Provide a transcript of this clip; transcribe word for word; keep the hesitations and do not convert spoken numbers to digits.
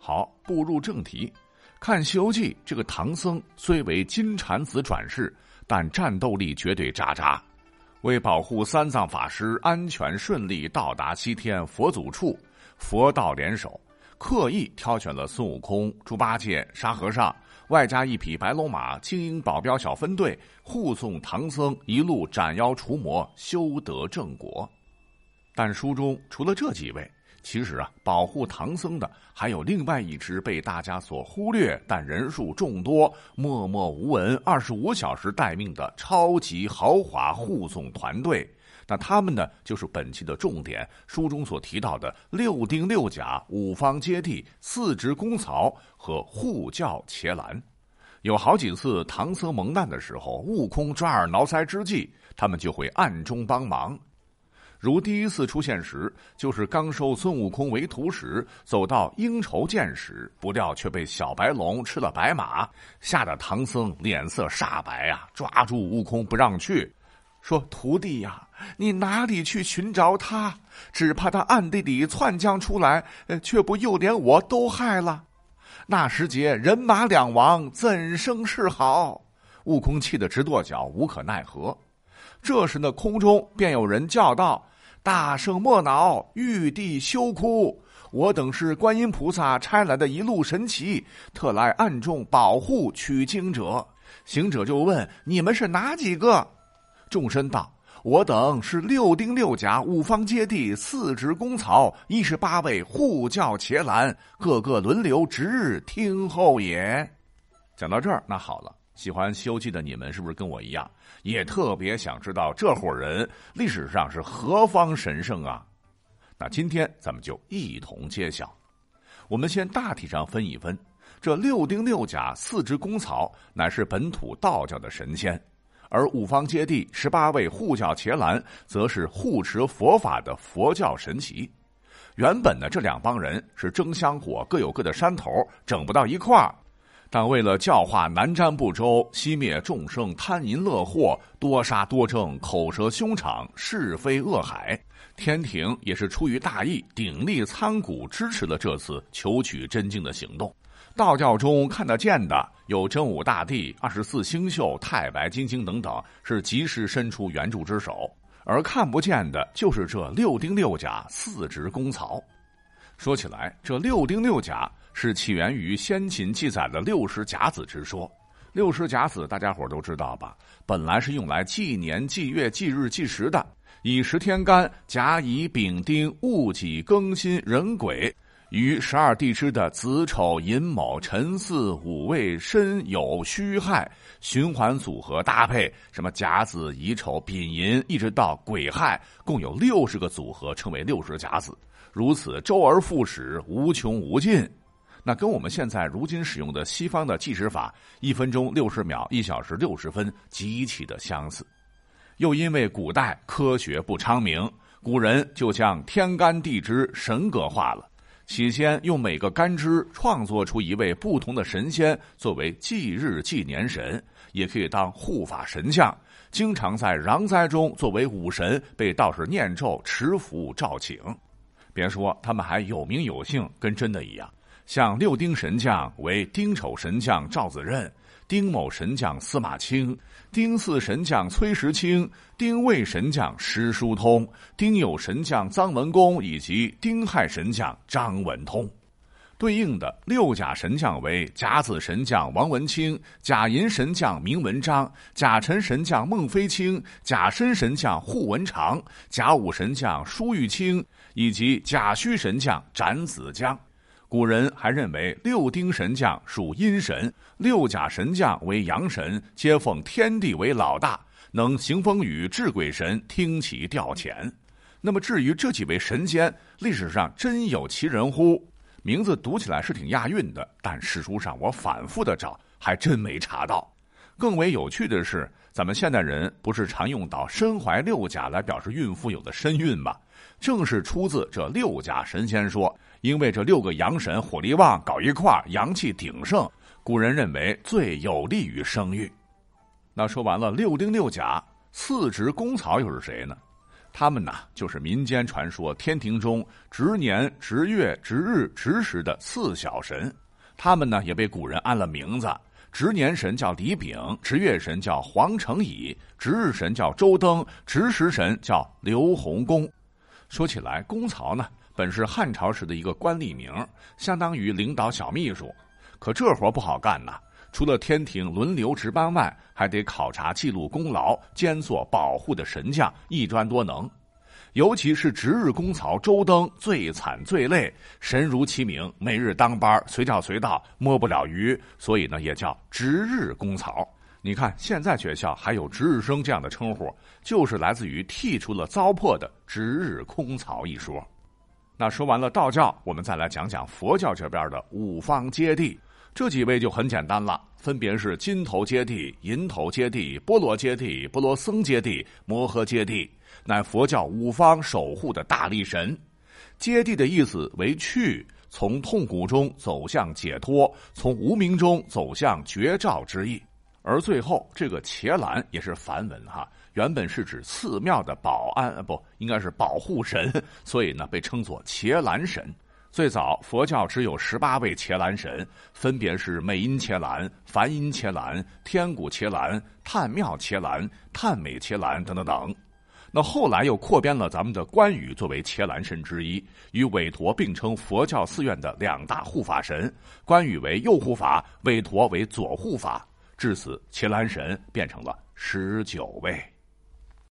好，步入正题，看《西游记》，这个唐僧虽为金蝉子转世，但战斗力绝对渣渣。为保护三藏法师安全顺利到达西天佛祖处，佛道联手，刻意挑选了孙悟空、猪八戒、沙和尚，外加一匹白龙马精英保镖小分队，护送唐僧一路斩妖除魔，修得正果。但书中除了这几位，其实啊，保护唐僧的还有另外一支被大家所忽略，但人数众多、默默无闻、二十五小时待命的超级豪华护送团队。那他们呢，就是本期的重点，书中所提到的六丁六甲、五方揭谛、四职公曹和护教伽蓝。有好几次唐僧蒙难的时候，悟空抓耳挠腮之际，他们就会暗中帮忙。如第一次出现时，就是刚收孙悟空为徒时，走到应酬见时，不料却被小白龙吃了白马，吓得唐僧脸色煞白啊，抓住悟空不让去，说：“徒弟呀，你哪里去寻找他？只怕他暗地里窜将出来，却不又连我都害了。那时节人马两亡，怎生是好？”悟空气得直跺脚，无可奈何。这时呢，空中便有人叫道：“大圣莫恼，玉帝休哭，我等是观音菩萨差来的一路神奇，特来暗中保护取经者。”行者就问：“你们是哪几个？”众身道：“我等是六丁六甲、五方揭谛、四职公曹、一十八位护教伽蓝，各个轮流值日听候也。”讲到这儿，那好了，喜欢《西游记》的你们是不是跟我一样，也特别想知道这伙人历史上是何方神圣啊？那今天咱们就一同揭晓。我们先大体上分一分，这六丁六甲、四职公曹乃是本土道教的神仙，而五方揭谛、十八位护教伽蓝则是护持佛法的佛教神奇。原本呢，这两帮人是争香火，各有各的山头，整不到一块儿。但为了教化南瞻部洲，熄灭众生贪淫乐祸，多杀多争，口舌凶场，是非恶海，天庭也是出于大义，鼎力参股，支持了这次求取真经的行动。道教中看得见的有真武大帝、二十四星宿、太白金星等等，是及时伸出援助之手；而看不见的就是这六丁六甲、四职公曹。说起来，这六丁六甲是起源于先秦记载的六十甲子之说。六十甲子大家伙都知道吧？本来是用来纪年、纪月、纪日、纪时的，以十天干、甲乙丙丁、戊己庚辛壬癸于十二地支的子丑寅卯辰巳午未申酉戌亥循环组合搭配，什么甲子乙丑丙寅一直到癸亥，共有六十个组合，称为六十甲子。如此周而复始，无穷无尽。那跟我们现在如今使用的西方的计时法，一分钟六十秒，一小时六十分，极其的相似。又因为古代科学不昌明，古人就将天干地支神格化了。起先用每个干支创作出一位不同的神仙作为祭日纪年神，也可以当护法神将，经常在攘灾中作为武神被道士念咒持符召请。别说他们还有名有姓，跟真的一样。像六丁神将为丁丑神将赵子任，丁卯神将司马清，丁巳神将崔时清，丁未神将施叔通，丁酉神将臧文公，以及丁亥神将张文通。对应的六甲神将为甲子神将王文清，甲寅神将明文章，甲辰神将孟飞清，甲申神将户文长，甲午神将舒玉清，以及甲戌神将展子江。古人还认为六丁神将属阴神，六甲神将为阳神，皆奉天地为老大，能行风雨，治鬼神，听其调遣。那么至于这几位神仙，历史上真有其人乎？名字读起来是挺押韵的，但史书上我反复的找，还真没查到。更为有趣的是，咱们现代人不是常用到身怀六甲来表示孕妇有的身孕吗？正是出自这六甲神仙说，因为这六个阳神火力旺，搞一块阳气鼎盛，古人认为最有利于生育。那说完了六丁六甲，四职公曹又是谁呢？ 他们呢，就是民间传说天庭中值年、值月、值日、值时的四小神。他们呢，也被古人安了名字。值年神叫李炳，值月神叫黄承乙，值日神叫周登，值时神叫刘洪公。说起来，公曹呢，本是汉朝时的一个官吏名，相当于领导小秘书。可这活不好干呐，除了天庭轮流值班外，还得考察记录功劳，兼做保护的神将，一专多能。尤其是值日公曹周登最惨最累，神如其名，每日当班，随叫随到，摸不了鱼，所以呢也叫值日公曹。你看现在学校还有值日生这样的称呼，就是来自于剔除了糟粕的值日空曹一说。那说完了道教，我们再来讲讲佛教这边的五方揭谛。这几位就很简单了，分别是金头揭谛、银头揭谛、波罗揭谛、波罗僧揭谛、摩诃揭谛，乃佛教五方守护的大力神。揭谛的意思为去，从痛苦中走向解脱，从无明中走向觉照之意。而最后这个伽蓝也是梵文哈，原本是指寺庙的保安，不，应该是保护神，所以呢被称作伽蓝神。最早佛教只有十八位伽蓝神，分别是美音伽蓝、梵音伽蓝、天鼓伽蓝、探妙伽蓝、探美伽蓝等等等。那后来又扩编了咱们的关羽作为伽蓝神之一，与韦陀并称佛教寺院的两大护法神，关羽为右护法，韦陀为左护法，至此伽蓝神变成了十九位。